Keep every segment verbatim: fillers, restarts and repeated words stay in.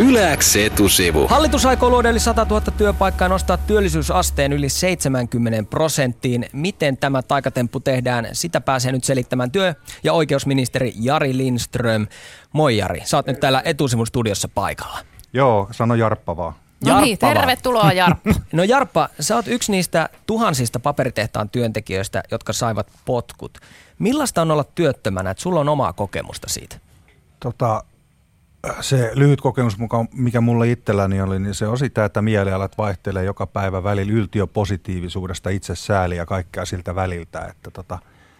Yle X etusivu. Hallitus aikoo luoda yli sata tuhatta työpaikkaa ja nostaa työllisyysasteen yli seitsemänkymmentä prosenttiin. Miten tämä taikatemppu tehdään? Sitä pääsee nyt selittämään työ- ja oikeusministeri Jari Lindström. Moi Jari, sä oot nyt täällä etusivun studiossa paikalla. Joo, sano Jarppa vaan. No niin, tervetuloa Jarppa. No Jarppa, sä oot yksi niistä tuhansista paperitehtaan työntekijöistä, jotka saivat potkut. Millaista on olla työttömänä, että sulla on omaa kokemusta siitä? Tota, se lyhyt kokemus, mikä mulla itselläni oli, niin se on sitä, että mielialat vaihtelee joka päivä välillä yltiöpositiivisuudesta, itsesääliä ja kaikkea siltä väliltä. Että tota,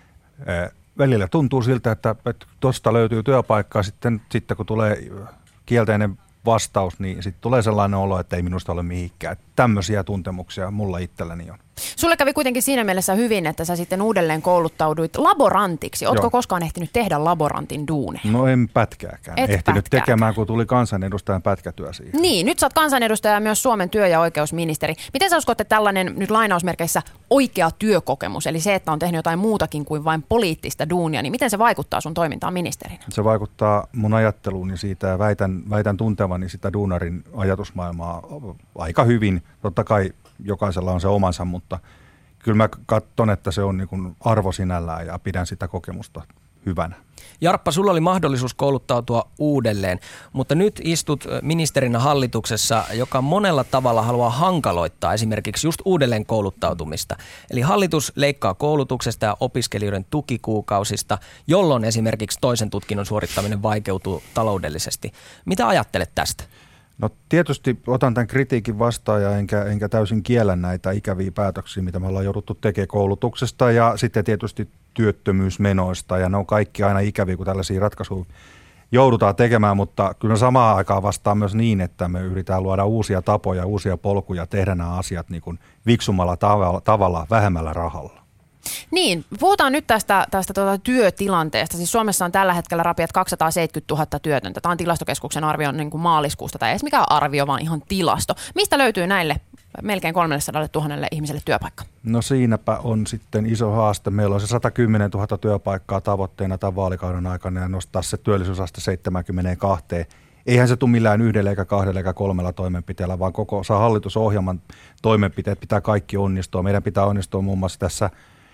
välillä tuntuu siltä, että tuosta löytyy työpaikkaa, sitten, sitten kun tulee kielteinen vastaus, niin sitten tulee sellainen olo, että ei minusta ole mihinkään. Tämmöisiä tuntemuksia mulla itselläni on. Sulle kävi kuitenkin siinä mielessä hyvin, että sä sitten uudelleen kouluttauduit laborantiksi. Ootko Joo. koskaan ehtinyt tehdä laborantin duuneja? No en pätkääkään. Et ehtinyt pätkääkään. tekemään, kun tuli kansanedustajan pätkätyö siihen. Niin, nyt sä oot kansanedustaja ja myös Suomen työ- ja oikeusministeri. Miten sä uskot, että tällainen nyt lainausmerkeissä oikea työkokemus, eli se, että on tehnyt jotain muutakin kuin vain poliittista duunia, niin miten se vaikuttaa sun toimintaan ministerinä? Se vaikuttaa mun ajatteluuni siitä ja väitän, väitän tuntevani sitä duunarin ajatusmaailmaa aika hyvin. Totta kai jokaisella on se omansa, mutta kyllä mä katson, että se on niin kuin arvo sinällään ja pidän sitä kokemusta hyvänä. Jarppa, sulla oli mahdollisuus kouluttautua uudelleen, mutta nyt istut ministerinä hallituksessa, joka monella tavalla haluaa hankaloittaa esimerkiksi just uudelleen kouluttautumista. Eli hallitus leikkaa koulutuksesta ja opiskelijoiden tukikuukausista, jolloin esimerkiksi toisen tutkinnon suorittaminen vaikeutuu taloudellisesti. Mitä ajattelet tästä? No tietysti otan tämän kritiikin vastaan ja enkä, enkä täysin kiellä näitä ikäviä päätöksiä, mitä me ollaan jouduttu tekemään koulutuksesta ja sitten tietysti työttömyysmenoista ja ne on kaikki aina ikäviä, kun tällaisia ratkaisuja joudutaan tekemään, mutta kyllä samaan aikaan vastaan myös niin, että me yritetään luoda uusia tapoja, uusia polkuja, tehdä nämä asiat niin kuin viksummalla tavalla, tavalla vähemmällä rahalla. Niin, puhutaan nyt tästä, tästä tuota työtilanteesta. Siis Suomessa on tällä hetkellä rapiat kaksisataaseitsemänkymmentätuhatta työtöntä. Tämä on Tilastokeskuksen arvio niin kuin maaliskuusta. Tai ei edes mikään arvio, vaan ihan tilasto. Mistä löytyy näille melkein kolmesataatuhatta ihmiselle työpaikka? No siinäpä on sitten iso haaste. Meillä on se satakymmentätuhatta työpaikkaa tavoitteena tämän vaalikauden aikana ja nostaa se työllisyysaste seitsemänkymmentäkaksi. Eihän se tule millään yhdellä eikä kahdella eikä kolmella toimenpiteellä, vaan koko osa hallitusohjelman toimenpiteet pitää kaikki onnistua. Meidän pitää onnistua muun muassa tässä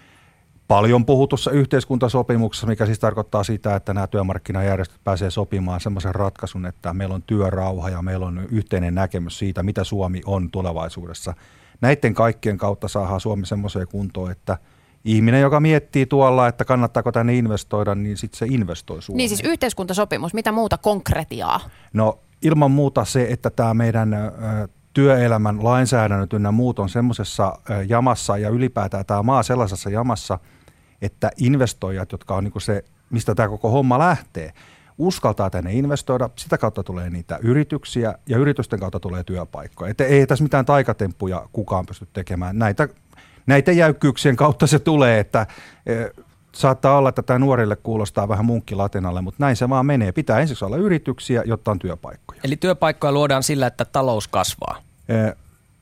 paljon puhutussa yhteiskuntasopimuksessa, mikä siis tarkoittaa sitä, että nämä työmarkkinajärjestöt pääsee sopimaan semmoisen ratkaisun, että meillä on työrauha ja meillä on yhteinen näkemys siitä, mitä Suomi on tulevaisuudessa. Näiden kaikkien kautta saadaan Suomi semmoiseen kuntoon, että ihminen, joka miettii tuolla, että kannattaako tänne investoida, niin sitten se investoi Suomeen. Niin siis yhteiskuntasopimus, mitä muuta konkretiaa? No ilman muuta se, että tämä meidän työelämän lainsäädännöt ynnä muut on semmoisessa jamassa ja ylipäätään tämä maa sellaisessa jamassa, että investoijat, jotka on niin kuin se, mistä tämä koko homma lähtee, uskaltaa tänne investoida, sitä kautta tulee niitä yrityksiä ja yritysten kautta tulee työpaikkoja. Että ei tässä mitään taikatemppuja kukaan pysty tekemään. Näitä, näitä jäykkyyksien kautta se tulee, että e, saattaa olla, että tämä nuorille kuulostaa vähän munkkilatinalle, mutta näin se vaan menee. Pitää ensiksi olla yrityksiä, jotta on työpaikkoja. Eli työpaikkoja luodaan sillä, että talous kasvaa? E,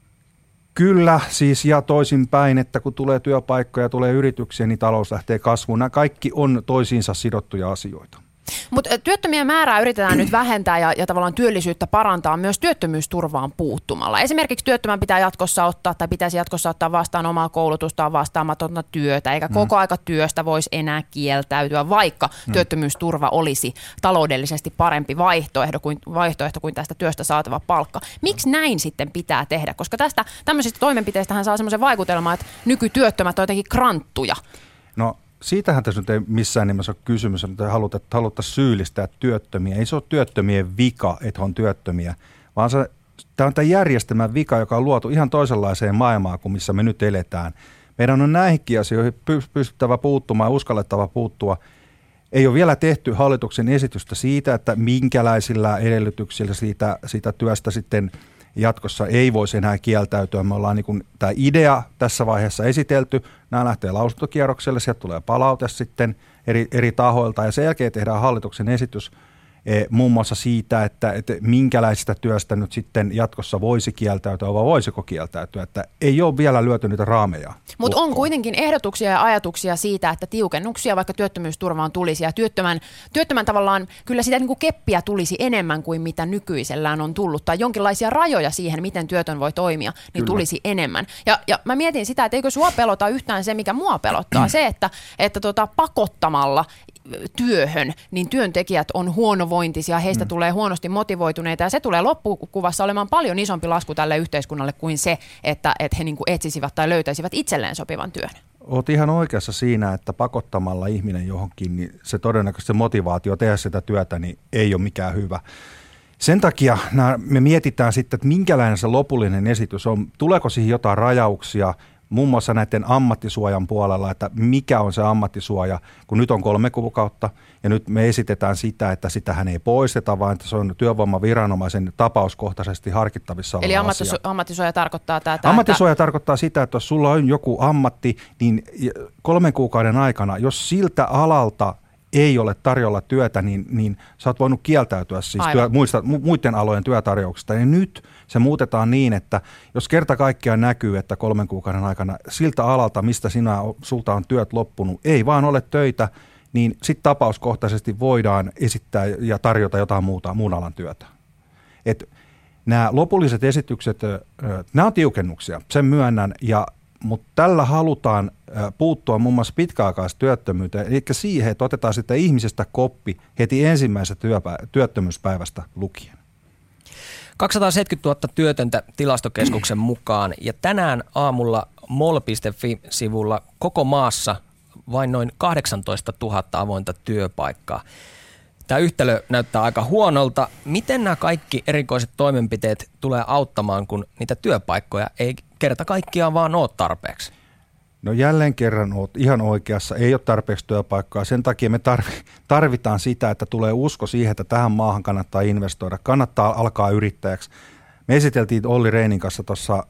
Kyllä, siis ja toisinpäin, että kun tulee työpaikkoja, tulee yrityksiä, niin talous lähtee kasvuun. Nämä kaikki on toisiinsa sidottuja asioita. Mutta työttömien määrää yritetään nyt vähentää ja, ja tavallaan työllisyyttä parantaa myös työttömyysturvaan puuttumalla. Esimerkiksi työttömän pitää jatkossa ottaa tai pitäisi jatkossa ottaa vastaan omaa koulutustaan vastaamatonta työtä, eikä mm. koko aika työstä voisi enää kieltäytyä, vaikka mm. työttömyysturva olisi taloudellisesti parempi vaihtoehto kuin, vaihtoehto kuin tästä työstä saatava palkka. Miksi näin sitten pitää tehdä? Koska tästä tämmöisistä toimenpiteistähän saa semmoisen vaikutelman, että nykytyöttömät on jotenkin kranttuja. No. Siitähän tässä nyt ei missään nimessä ole kysymys, että haluttaisiin syyllistää työttömiä. Ei se ole työttömien vika, että on työttömiä, vaan se, tämä on tämän järjestelmän vika, joka on luotu ihan toisenlaiseen maailmaan kuin missä me nyt eletään. Meidän on näihinkin asioihin pystyttävä puuttumaan ja uskallettava puuttua. Ei ole vielä tehty hallituksen esitystä siitä, että minkälaisilla edellytyksillä siitä, siitä työstä sitten jatkossa ei voisi enää kieltäytyä. Me ollaan niin kuin tämä idea tässä vaiheessa esitelty. Nämä lähtee lausuntokierrokselle, sieltä tulee palaute sitten eri, eri tahoilta ja sen jälkeen tehdään hallituksen esitys. muun muassa siitä, että, että minkälaisesta työstä nyt sitten jatkossa voisi kieltäytyä vai voisiko kieltäytyä, että ei ole vielä lyöty niitä raameja. Mutta on kuitenkin ehdotuksia ja ajatuksia siitä, että tiukennuksia vaikka työttömyysturvaan tulisi ja työttömän, työttömän tavallaan kyllä sitä niin kuin keppiä tulisi enemmän kuin mitä nykyisellään on tullut tai jonkinlaisia rajoja siihen, miten työtön voi toimia, niin kyllä. tulisi enemmän. Ja, ja mä mietin sitä, että eikö sua pelota yhtään se, mikä mua pelottaa, se, että, että tota, pakottamalla työhön, niin työntekijät on huonovointisia, heistä mm. tulee huonosti motivoituneita ja se tulee loppukuvassa olemaan paljon isompi lasku tälle yhteiskunnalle kuin se, että, että he niin kuin etsisivät tai löytäisivät itselleen sopivan työn. Olet ihan oikeassa siinä, että pakottamalla ihminen johonkin, niin se todennäköisesti se motivaatio tehdä sitä työtä niin ei ole mikään hyvä. Sen takia me mietitään sitten, että minkälainen se lopullinen esitys on, tuleeko siihen jotain rajauksia, muun muassa näiden ammattisuojan puolella, että mikä on se ammattisuoja, kun nyt on kolme kuukautta ja nyt me esitetään sitä, että sitähän ei poisteta, vaan että se on työvoimaviranomaisen tapauskohtaisesti harkittavissa oleva Eli ammattisu- asia. ammattisuoja tarkoittaa tätä? Ammattisuoja että... tarkoittaa sitä, että jos sulla on joku ammatti, niin kolmen kuukauden aikana, jos siltä alalta ei ole tarjolla työtä, niin, niin sä oot voinut kieltäytyä siis työ, muista, muiden alojen työtarjouksista. Ja nyt se muutetaan niin, että jos kerta kaikkiaan näkyy, että kolmen kuukauden aikana siltä alalta, mistä sinä, sulta on työt loppunut, ei vaan ole töitä, niin sitten tapauskohtaisesti voidaan esittää ja tarjota jotain muuta, muun alan työtä. Et nämä lopulliset esitykset, nämä on tiukennuksia, sen myönnän, ja mutta tällä halutaan puuttua muun muassa pitkäaikaistyöttömyyteen, eli siihen, että otetaan sitten ihmisestä koppi heti ensimmäisestä työpä- työttömyyspäivästä lukien. kaksisataaseitsemänkymmentätuhatta työtöntä tilastokeskuksen mukaan, ja tänään aamulla mol piste fi-sivulla koko maassa vain noin kahdeksantoistatuhatta avointa työpaikkaa. Tämä yhtälö näyttää aika huonolta. Miten nämä kaikki erikoiset toimenpiteet tulee auttamaan, kun niitä työpaikkoja ei kerta kaikkiaan vaan ole tarpeeksi? No jälleen kerran olet ihan oikeassa, ei ole tarpeeksi työpaikkaa. Sen takia me tarvitaan sitä, että tulee usko siihen, että tähän maahan kannattaa investoida, kannattaa alkaa yrittäjäksi. Me esiteltiin Olli Rehnin kanssa tuossa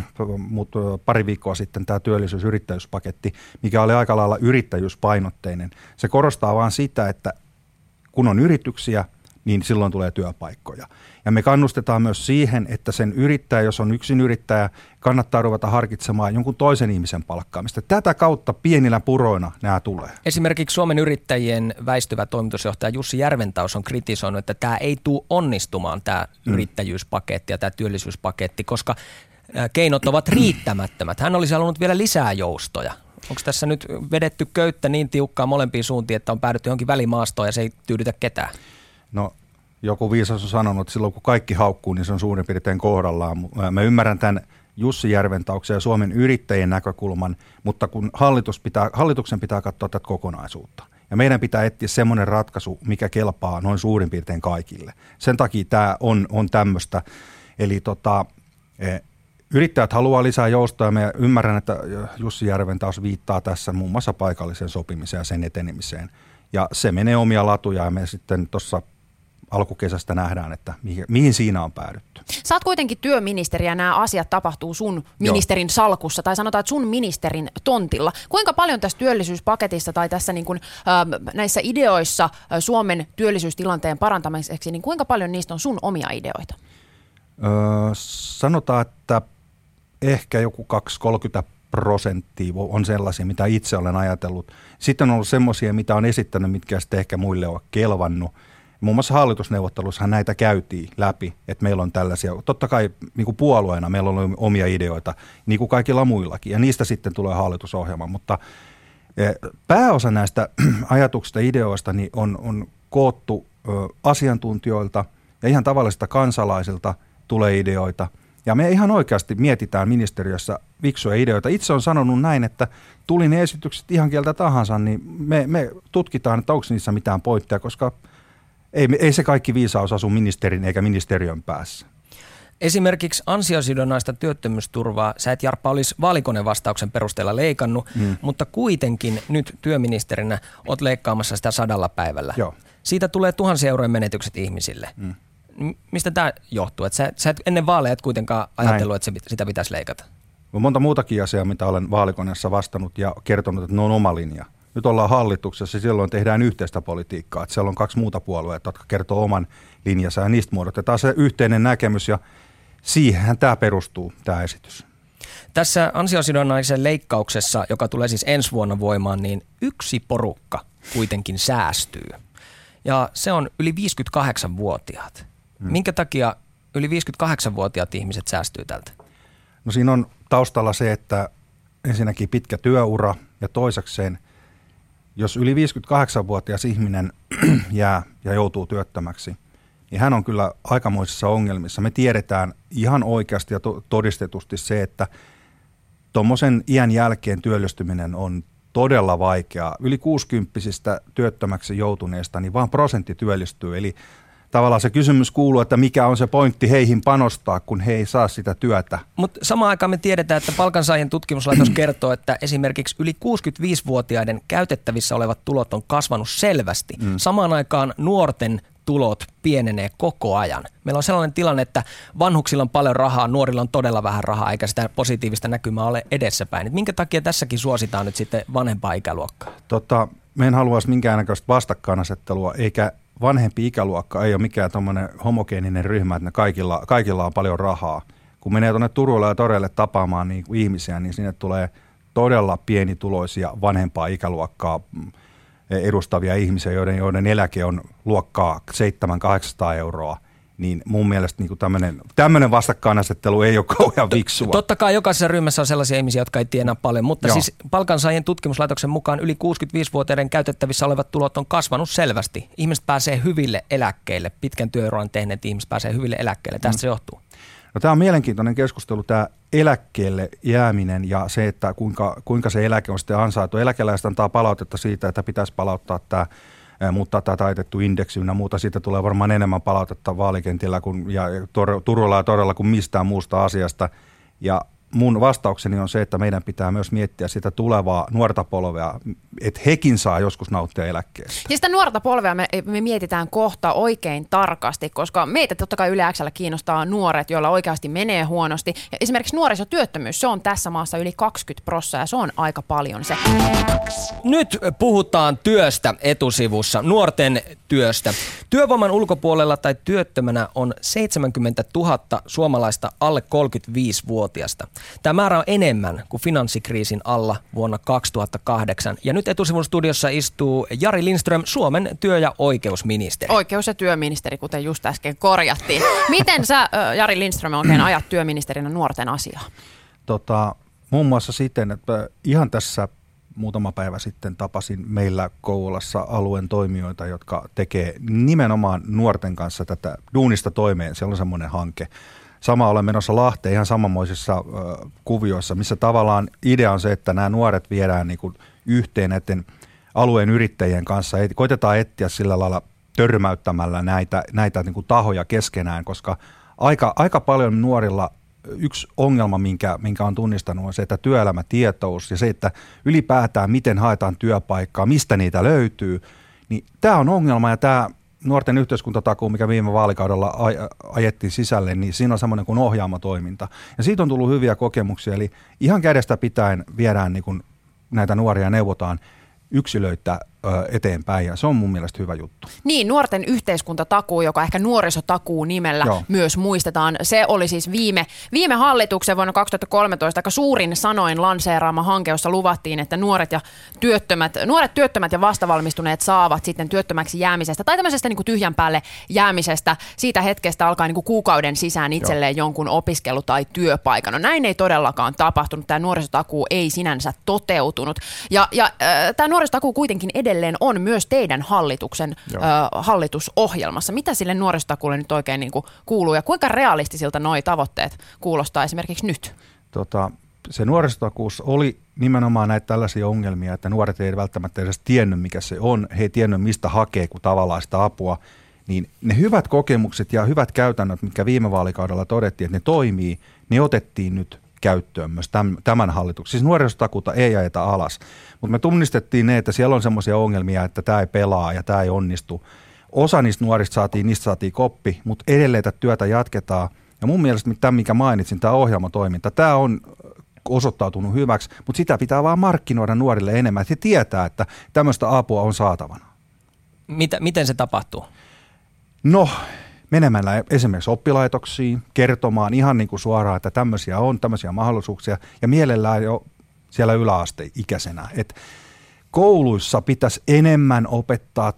pari viikkoa sitten tämä työllisyysyrittäjyyspaketti, mikä oli aika lailla yrittäjyyspainotteinen. Se korostaa vaan sitä, että kun on yrityksiä, niin silloin tulee työpaikkoja. Ja me kannustetaan myös siihen, että sen yrittäjä, jos on yksin yrittäjä, kannattaa ruveta harkitsemaan jonkun toisen ihmisen palkkaamista. Tätä kautta pienillä puroina nämä tulee. Esimerkiksi Suomen yrittäjien väistyvä toimitusjohtaja Jussi Järventaus on kritisoinut, että tämä ei tule onnistumaan tämä mm. yrittäjyyspaketti ja tämä työllisyyspaketti, koska keinot ovat riittämättömät. Hän olisi halunnut vielä lisää joustoja. Onko tässä nyt vedetty köyttä niin tiukkaan molempiin suuntiin, että on päädytty johonkin välimaastoon ja se ei tyydytä ketään? No joku viisas on sanonut, että silloin kun kaikki haukkuu, niin se on suurin piirtein kohdallaan. Mä ymmärrän tämän Jussi Järventauksen ja Suomen yrittäjien näkökulman, mutta kun hallitus pitää, hallituksen pitää katsoa tätä kokonaisuutta. Ja meidän pitää etsiä semmoinen ratkaisu, mikä kelpaa noin suurin piirtein kaikille. Sen takia tämä on, on tämmöistä. Eli tota, yrittäjät haluaa lisää joustoa ja me ymmärrän, että Jussi Järventaus viittaa tässä muun muassa paikalliseen sopimiseen ja sen etenemiseen. Ja se menee omia latuja ja me sitten tuossa alkukesästä nähdään, että mihin, mihin siinä on päädytty. Sä oot kuitenkin työministeri ja nämä asiat tapahtuu sun ministerin Joo. salkussa tai sanotaan, että sun ministerin tontilla. Kuinka paljon tässä työllisyyspaketissa tai tässä niin kuin, äh, näissä ideoissa äh, Suomen työllisyystilanteen parantamiseksi, niin kuinka paljon niistä on sun omia ideoita? Öö, sanotaan, että ehkä joku kaksikymmentä kolmekymmentä prosenttia on sellaisia, mitä itse olen ajatellut. Sitten on ollut semmoisia, mitä on esittänyt, mitkä sitten ehkä muille on kelvannut. Muun muassa hallitusneuvottelussa näitä käytiin läpi, että meillä on tällaisia, totta kai niin kuin puolueena meillä on omia ideoita, niin kuin kaikilla muillakin, ja niistä sitten tulee hallitusohjelma, mutta pääosa näistä ajatuksista ja ideoista niin on, on koottu asiantuntijoilta ja ihan tavallisilta kansalaisilta tulee ideoita, ja me ihan oikeasti mietitään ministeriössä viksuja ideoita. Itse on sanonut näin, että tuli ne esitykset ihan kieltä tahansa, niin me, me tutkitaan, että onko niissä mitään pointteja, koska Ei, ei se kaikki viisaus asu ministerin eikä ministeriön päässä. Esimerkiksi ansiosidonnaista työttömyysturvaa sä et, Jarppa, olisi vaalikonevastauksen perusteella leikannut, mm. mutta kuitenkin nyt työministerinä oot leikkaamassa sitä sadalla päivällä. Joo. Siitä tulee tuhansia eurojen menetykset ihmisille. Mm. Mistä tämä johtuu? Että sä, sä et ennen vaaleja et kuitenkaan ajatellut, Näin. että sitä pitäisi leikata. On monta muutakin asiaa, mitä olen vaalikoneessa vastannut ja kertonut, että ne on oma linja. Nyt ollaan hallituksessa ja silloin tehdään yhteistä politiikkaa. Että siellä on kaksi muuta puolueita, jotka kertoo oman linjansa ja niistä muodotetaan se yhteinen näkemys ja siihenhän tämä perustuu, tämä esitys. Tässä ansiosidonnaisen leikkauksessa, joka tulee siis ensi vuonna voimaan, niin yksi porukka kuitenkin säästyy. Ja se on yli viisikymmentäkahdeksanvuotiaat. Hmm. Minkä takia yli viisikymmentäkahdeksanvuotiaat ihmiset säästyy tältä? No siinä on taustalla se, että ensinnäkin pitkä työura ja toisekseen, jos yli viisikymmentäkahdeksanvuotias ihminen jää ja joutuu työttömäksi, niin hän on kyllä aikamoisissa ongelmissa. Me tiedetään ihan oikeasti ja to- todistetusti se, että tuommoisen iän jälkeen työllistyminen on todella vaikeaa. Yli kuusikymppisistä työttömäksi joutuneista niin vaan prosentti työllistyy. Eli tavallaan se kysymys kuuluu, että mikä on se pointti heihin panostaa, kun he ei saa sitä työtä. Mutta samaan aikaan me tiedetään, että Palkansaajien tutkimuslaitos kertoo, että esimerkiksi yli kuusikymmentäviisivuotiaiden käytettävissä olevat tulot on kasvanut selvästi. Mm. Samaan aikaan nuorten tulot pienenee koko ajan. Meillä on sellainen tilanne, että vanhuksilla on paljon rahaa, nuorilla on todella vähän rahaa, eikä sitä positiivista näkymää ole edessäpäin. Et minkä takia tässäkin suositaan nyt sitten vanhempaa ikäluokkaa? Tota, me en haluaisi minkäännäköistä vastakkainasettelua, eikä vanhempi ikäluokka ei ole mikään tuommoinen homogeeninen ryhmä, että ne kaikilla, kaikilla on paljon rahaa. Kun menee tuonne Turulle ja Toreille tapaamaan niin kuin ihmisiä, niin sinne tulee todella pienituloisia vanhempaa ikäluokkaa edustavia ihmisiä, joiden, joiden eläke on luokkaa seitsemän kahdeksansataa euroa, niin mun mielestä niin tämmöinen, tämmöinen vastakkainasettelu ei ole kauhean viksua. Totta kai jokaisessa ryhmässä on sellaisia ihmisiä, jotka ei tienaa paljon, mutta Joo. siis Palkansaajien tutkimuslaitoksen mukaan yli kuusikymmentäviisivuotiaiden käytettävissä olevat tulot on kasvanut selvästi. Ihmiset pääsee hyville eläkkeille, pitkän työuran tehneet ihmiset pääsee hyville eläkkeille. Tästä mm. se johtuu. No, tämä on mielenkiintoinen keskustelu, tämä eläkkeelle jääminen ja se, että kuinka, kuinka se eläke on sitten ansaittu. Eläkeläiset antaa palautetta siitä, että pitäisi palauttaa tämä, muuttaa tämä taitettu indeksi ynnä muuta. Siitä tulee varmaan enemmän palautetta vaalikentillä kuin, ja Turulla ja Torilla kuin mistään muusta asiasta. Ja mun vastaukseni on se, että meidän pitää myös miettiä sitä tulevaa nuorta polvea, että hekin saa joskus nauttia eläkkeestä. Ja sitä nuorta polvea me, me mietitään kohta oikein tarkasti, koska meitä totta kai Yle X:llä kiinnostaa nuoret, joilla oikeasti menee huonosti. Ja esimerkiksi nuorisotyöttömyys, se on tässä maassa yli kaksikymmentä prosenttia ja se on aika paljon se. Nyt puhutaan työstä etusivussa, nuorten työstä. Työvoiman ulkopuolella tai työttömänä on seitsemänkymmentätuhatta suomalaista alle kolmekymmentäviisivuotiasta. Tämä määrä on enemmän kuin finanssikriisin alla vuonna kaksituhattakahdeksan. Ja nyt etusivun studiossa istuu Jari Lindström, Suomen työ- ja oikeusministeri. Oikeus- ja työministeri, kuten just äsken korjattiin. Miten sä, Jari Lindström, oikein ajat työministerinä nuorten asiaa? Tota, muun muassa siten, että ihan tässä muutama päivä sitten tapasin meillä Kouvolassa alueen toimijoita, jotka tekee nimenomaan nuorten kanssa tätä duunista toimeen. Siellä on semmoinen hanke. Sama olen menossa Lahteen ihan samanmoisissa ö, kuvioissa, missä tavallaan idea on se, että nämä nuoret viedään niin kuin yhteen näiden alueen yrittäjien kanssa. Koitetaan etsiä sillä lailla törmäyttämällä näitä, näitä niin kuin tahoja keskenään, koska aika, aika paljon nuorilla yksi ongelma, minkä, minkä on tunnistanut, on se, että työelämätietous ja se, että ylipäätään miten haetaan työpaikkaa, mistä niitä löytyy, niin tämä on ongelma ja tämä nuorten yhteiskuntatakuu, mikä viime vaalikaudella aj- ajettiin sisälle, niin siinä on semmoinen kuin ohjaamatoiminta. Ja siitä on tullut hyviä kokemuksia, eli ihan kädestä pitäen viedään niin kuin näitä nuoria neuvotaan yksilöitä eteenpäin ja se on mun mielestä hyvä juttu. Niin, nuorten yhteiskuntatakuu, joka ehkä nuorisotakuu nimellä Joo. myös muistetaan. Se oli siis viime, viime hallituksen vuonna kaksituhattakolmetoista aika suurin sanoin lanseeraama hanke, jossa luvattiin, että nuoret ja työttömät, nuoret työttömät ja vastavalmistuneet saavat sitten työttömäksi jäämisestä tai tämmöisestä niin kuin tyhjän päälle jäämisestä siitä hetkestä alkaa niin kuin kuukauden sisään itselleen Joo. jonkun opiskelu- tai työpaikan. No näin ei todellakaan tapahtunut. Tämä nuorisotakuu ei sinänsä toteutunut. Ja, ja äh, tämä nuorisotakuu kuitenkin edelleen on myös teidän hallituksen ö, hallitusohjelmassa. Mitä sille nuorisotakuulle nyt oikein niin kuin kuuluu ja kuinka realistisilta nuo tavoitteet kuulostaa esimerkiksi nyt? Tota, se nuorisotakuussa oli nimenomaan näitä tällaisia ongelmia, että nuoret ei välttämättä edes tiennyt, mikä se on. He ei tiennyt, mistä hakee, kun tavallaan sitä apua. Niin ne hyvät kokemukset ja hyvät käytännöt, mitkä viime vaalikaudella todettiin, että ne toimii, ne otettiin nyt käyttöön myös tämän hallituksen. Siis nuorisotakuuta ei ajeta alas, mutta me tunnistettiin ne, että siellä on semmoisia ongelmia, että tämä ei pelaa ja tämä ei onnistu. Osa niistä nuorista saatiin, niistä saatiin koppi, mutta edelleen tätä työtä jatketaan. Ja mun mielestä tämä, mikä mainitsin, tämä ohjelmatoiminta, tämä on osoittautunut hyväksi, mutta sitä pitää vaan markkinoida nuorille enemmän, että he tietää, että tämmöistä apua on saatavana. Mitä, miten se tapahtuu? No, menemällä esimerkiksi oppilaitoksiin, kertomaan ihan niin kuin suoraan, että tämmöisiä on, tämmöisiä mahdollisuuksia, ja mielellään jo siellä yläasteikäisenä. Et kouluissa pitäisi enemmän opettaa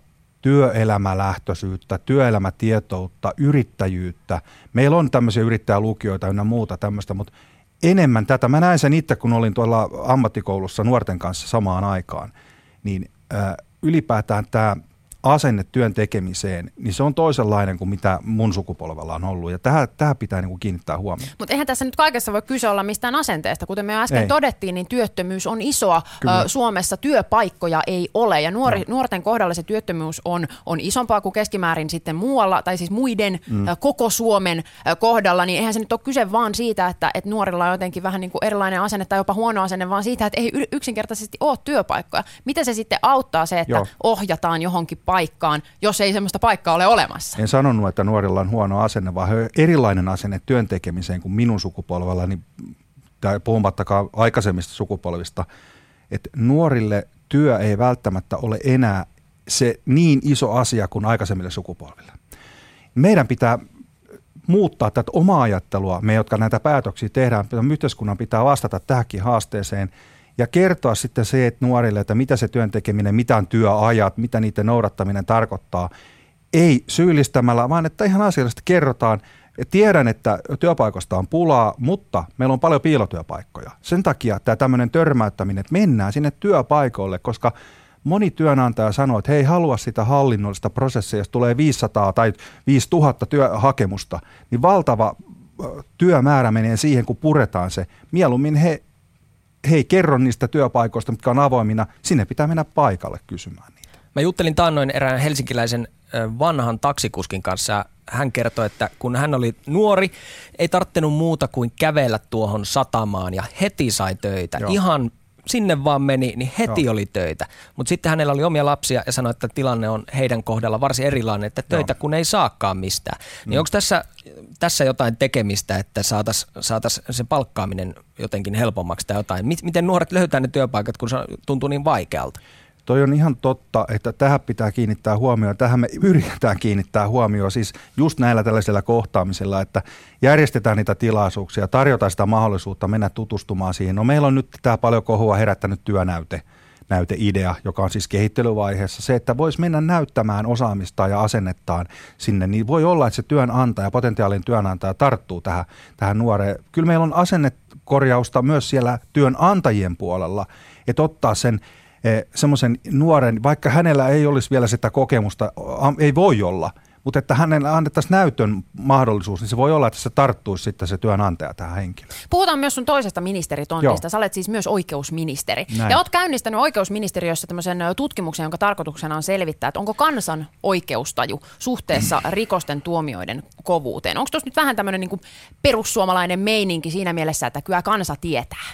työelämälähtöisyyttä, työelämätietoutta, yrittäjyyttä. Meillä on tämmöisiä yrittäjälukioita ynnä muuta tämmöistä, mutta enemmän tätä. Mä näin sen itse, kun olin tuolla ammattikoulussa nuorten kanssa samaan aikaan, niin äh, ylipäätään tämä asenne työn tekemiseen, niin se on toisenlainen kuin mitä mun sukupolvella on ollut. Ja tähän, tähän pitää niin kuin kiinnittää huomioon. Mutta eihän tässä nyt kaikessa voi kyse olla mistään asenteesta. Kuten me jo äsken ei. todettiin, niin työttömyys on isoa. Kyllä. Suomessa työpaikkoja ei ole. Ja nuori, no. nuorten kohdalla se työttömyys on, on isompaa kuin keskimäärin sitten muualla, tai siis muiden mm. koko Suomen kohdalla. Niin eihän se nyt ole kyse vaan siitä, että, että nuorilla on jotenkin vähän niin kuin erilainen asenne tai jopa huono asenne, vaan siitä, että ei yksinkertaisesti ole työpaikkoja. Miten se sitten auttaa se, että Joo. ohjataan johonkin paikkaan? paikkaan, jos ei semmoista paikkaa ole olemassa. En sanonut, että nuorilla on huono asenne, vaan erilainen asenne työn tekemiseen kuin minun sukupolvellani, tai puhumattakaan aikaisemmista sukupolvista, että nuorille työ ei välttämättä ole enää se niin iso asia kuin aikaisemmille sukupolville. Meidän pitää muuttaa tätä omaa ajattelua, me jotka näitä päätöksiä tehdään, yhteiskunnan pitää vastata tähänkin haasteeseen, ja kertoa sitten se, että nuorille, että mitä se työn tekeminen, mitä on työajat, mitä niiden noudattaminen tarkoittaa. Ei syyllistämällä, vaan että ihan asiallisesti kerrotaan. Tiedän, että työpaikoista on pulaa, mutta meillä on paljon piilotyöpaikkoja. Sen takia tämä tämmöinen törmäyttäminen, että mennään sinne työpaikoille, koska moni työnantaja sanoo, että he ei halua sitä hallinnollista prosessia, jos tulee viisisataa tai viisituhatta työhakemusta, niin valtava työmäärä menee siihen, kun puretaan se. Mieluummin he hei, kerro niistä työpaikoista, mitkä on avoimina, sinne pitää mennä paikalle kysymään niitä. Mä juttelin taannoin erään helsinkiläisen vanhan taksikuskin kanssa. Hän kertoi, että kun hän oli nuori, ei tarvittanut muuta kuin kävellä tuohon satamaan ja heti sai töitä. Joo. Ihan sinne vaan meni, niin heti Joo. oli töitä. Mutta sitten hänellä oli omia lapsia ja sanoi, että tilanne on heidän kohdalla varsin erilainen, että töitä Joo. kun ei saakaan mistään. Mm. Niin onko tässä, tässä jotain tekemistä, että saataisiin saatais se palkkaaminen jotenkin helpommaksi tai jotain? Miten nuoret löytää ne työpaikat, kun se tuntuu niin vaikealta? Toi on ihan totta, että tähän pitää kiinnittää huomioon. Tähän me yritetään kiinnittää huomioon siis just näillä tällaisilla kohtaamisilla, että järjestetään niitä tilaisuuksia, tarjotaan sitä mahdollisuutta mennä tutustumaan siihen. No meillä on nyt tämä paljon kohua herättänyt työnäyte, näyteidea, joka on siis kehittelyvaiheessa. Se, että voisi mennä näyttämään osaamista ja asennettaan sinne, niin voi olla, että se työnantaja, potentiaalinen työnantaja tarttuu tähän, tähän nuoreen. Kyllä meillä on asennekorjausta myös siellä työnantajien puolella, että ottaa sen semmoisen nuoren, vaikka hänellä ei olisi vielä sitä kokemusta, ei voi olla, mutta että hänelle annettaisiin näytön mahdollisuus, niin se voi olla, että se tarttuisi sitten se työnantaja tähän henkilöön. Puhutaan myös sun toisesta ministeritontista. Sä olet siis myös oikeusministeri. Näin. Ja olet käynnistänyt oikeusministeriössä tämmöisen tutkimuksen, jonka tarkoituksena on selvittää, että onko kansan oikeustaju suhteessa rikosten tuomioiden kovuuteen. Onko tuossa nyt vähän tämmöinen niin kuin perussuomalainen meininki siinä mielessä, että kyllä kansa tietää?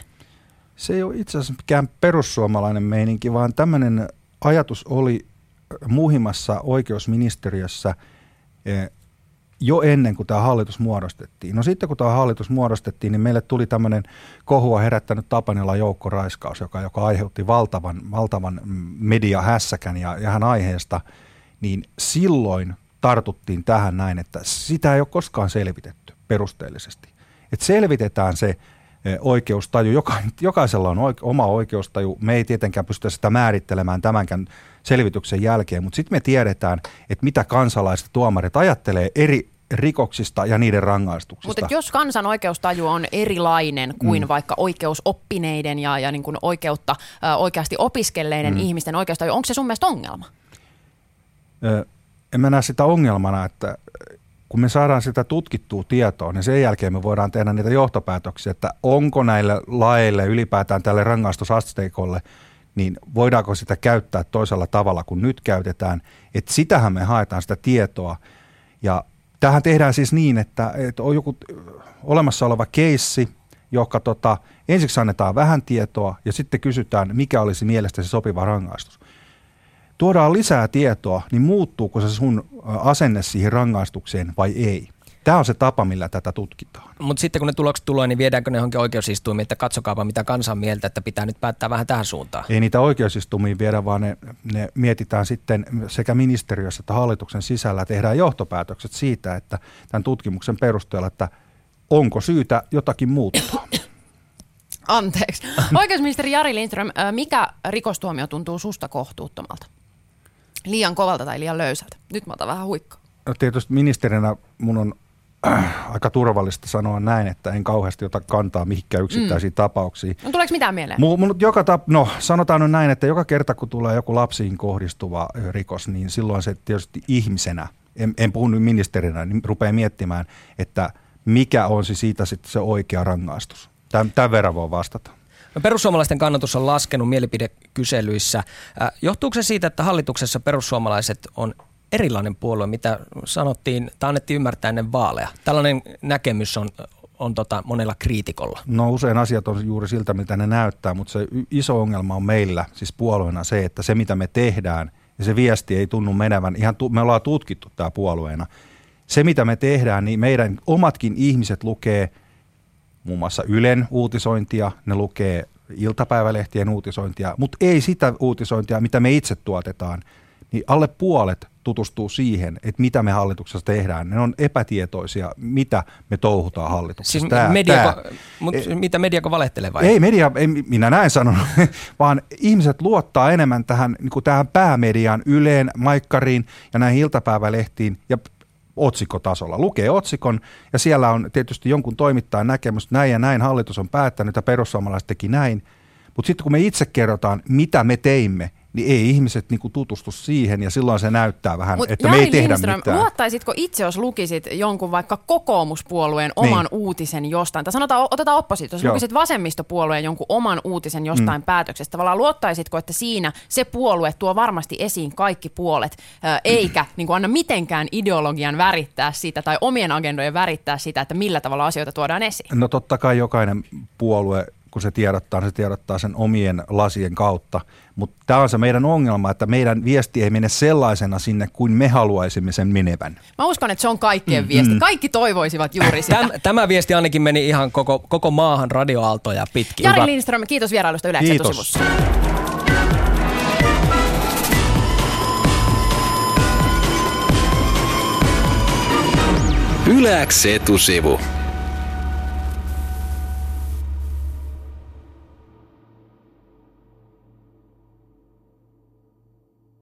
Se ei ole itse asiassa mikään perussuomalainen meininki, vaan tämmöinen ajatus oli muhimassa oikeusministeriössä jo ennen kuin tämä hallitus muodostettiin. No sitten kun tämä hallitus muodostettiin, niin meille tuli tämmöinen kohua herättänyt Tapanilan joukkoraiskaus, joka, joka aiheutti valtavan, valtavan mediahässäkän ja ihan aiheesta, niin silloin tartuttiin tähän näin, että sitä ei ole koskaan selvitetty perusteellisesti. Että selvitetään se oikeustaju. Joka, jokaisella on oike, oma oikeustaju. Me ei tietenkään pystytä sitä määrittelemään tämänkään selvityksen jälkeen, mutta sitten me tiedetään, että mitä kansalaiset tuomarit ajattelee eri rikoksista ja niiden rangaistuksista. Mutta jos kansan oikeustaju on erilainen kuin mm. vaikka oikeusoppineiden ja, ja niin kuin oikeutta ä, oikeasti opiskelleiden mm. ihmisten oikeustaju, onko se sun mielestä ongelma? Ö, en mä näe sitä ongelmana, että kun me saadaan sitä tutkittua tietoa, niin sen jälkeen me voidaan tehdä niitä johtopäätöksiä, että onko näille laeille ylipäätään tälle rangaistusasteikolle, niin voidaanko sitä käyttää toisella tavalla kuin nyt käytetään. Että sitähän me haetaan sitä tietoa. Ja tämähän tehdään siis niin, että, että on joku olemassa oleva keissi, joka tota, ensiksi annetaan vähän tietoa ja sitten kysytään, mikä olisi mielestäsi sopiva rangaistus. Tuodaan lisää tietoa, niin muuttuuko se sun asenne siihen rangaistukseen vai ei? Tämä on se tapa, millä tätä tutkitaan. Mutta sitten kun ne tulokset tulee, niin viedäänkö ne johonkin oikeusistuimiin, että katsokaapa mitä kansan mieltä, että pitää nyt päättää vähän tähän suuntaan? Ei niitä oikeusistumiin viedä, vaan ne, ne mietitään sitten sekä ministeriössä että hallituksen sisällä, tehdään johtopäätökset siitä, että tämän tutkimuksen perusteella, että onko syytä jotakin muuttaa. Anteeksi. Oikeusministeri Jari Lindström, mikä rikostuomio tuntuu susta kohtuuttomalta? Liian kovalta tai liian löysältä? Nyt mä otan vähän huikkaa. No tietysti ministerinä mun on äh, aika turvallista sanoa näin, että en kauheasti ota kantaa mihinkään yksittäisiin mm. tapauksiin. No tuleeko mitään mieleen? Mun, mun joka tap, no sanotaan nyt näin, että joka kerta kun tulee joku lapsiin kohdistuva rikos, niin silloin se tietysti ihmisenä, en, en puhu nyt ministerinä, niin rupeaa miettimään, että mikä on se siitä sitten se oikea rangaistus. Tämän, tämän verran voi vastata. No perussuomalaisten kannatus on laskenut mielipidekyselyissä. Äh, johtuuko se siitä, että hallituksessa perussuomalaiset on erilainen puolue, mitä sanottiin tai annettiin ymmärtää ennen vaaleja? Tällainen näkemys on, on tota monella kriitikolla. No usein asiat on juuri siltä, mitä ne näyttää, mutta se iso ongelma on meillä, siis puolueena se, että se mitä me tehdään, ja se viesti ei tunnu menevän, ihan tu- me ollaan tutkittu tämä puolueena. Se mitä me tehdään, niin meidän omatkin ihmiset lukee muun muassa Ylen uutisointia, ne lukee iltapäivälehtien uutisointia, mutta ei sitä uutisointia, mitä me itse tuotetaan, niin alle puolet tutustuu siihen, että mitä me hallituksessa tehdään. Ne on epätietoisia, mitä me touhutaan hallituksessa. Siis tää, mediako, tää. Mut e, mitä mediako valehtelee vai? Ei media, ei, minä näin sanon, vaan ihmiset luottaa enemmän tähän, niin kuin tähän päämediaan, Yleen, Maikkariin ja näihin iltapäivälehtiin ja otsikkotasolla. Lukee otsikon ja siellä on tietysti jonkun toimittajan näkemys, että näin ja näin hallitus on päättänyt ja perussuomalaiset teki näin. Mutta sitten kun me itse kerrotaan, mitä me teimme, niin ei ihmiset niinku tutustu siihen ja silloin se näyttää vähän, Mut että Jari me ei tehdä Lindström, mitään. Luottaisitko itse, jos lukisit jonkun vaikka kokoomuspuolueen oman niin. uutisen jostain, tai sanotaan, otetaan oppositio, jos Joo. lukisit vasemmistopuolueen jonkun oman uutisen jostain mm. päätöksestä, tavallaan luottaisitko, että siinä se puolue tuo varmasti esiin kaikki puolet, eikä niin kuin anna mitenkään ideologian värittää sitä tai omien agendojen värittää sitä, että millä tavalla asioita tuodaan esiin? No totta kai jokainen puolue, kun se tiedottaa, se tiedottaa sen omien lasien kautta. Mutta tämä on se meidän ongelma, että meidän viesti ei mene sellaisena sinne, kuin me haluaisimme sen menevän. Mä uskon, että se on kaikkien mm, viesti. Kaikki toivoisivat juuri sitä. Tämä, tämä viesti ainakin meni ihan koko, koko maahan radioaaltoja pitkin. Jari Lindström, kiitos vierailusta Yle X etusivussa. Yle X etusivu.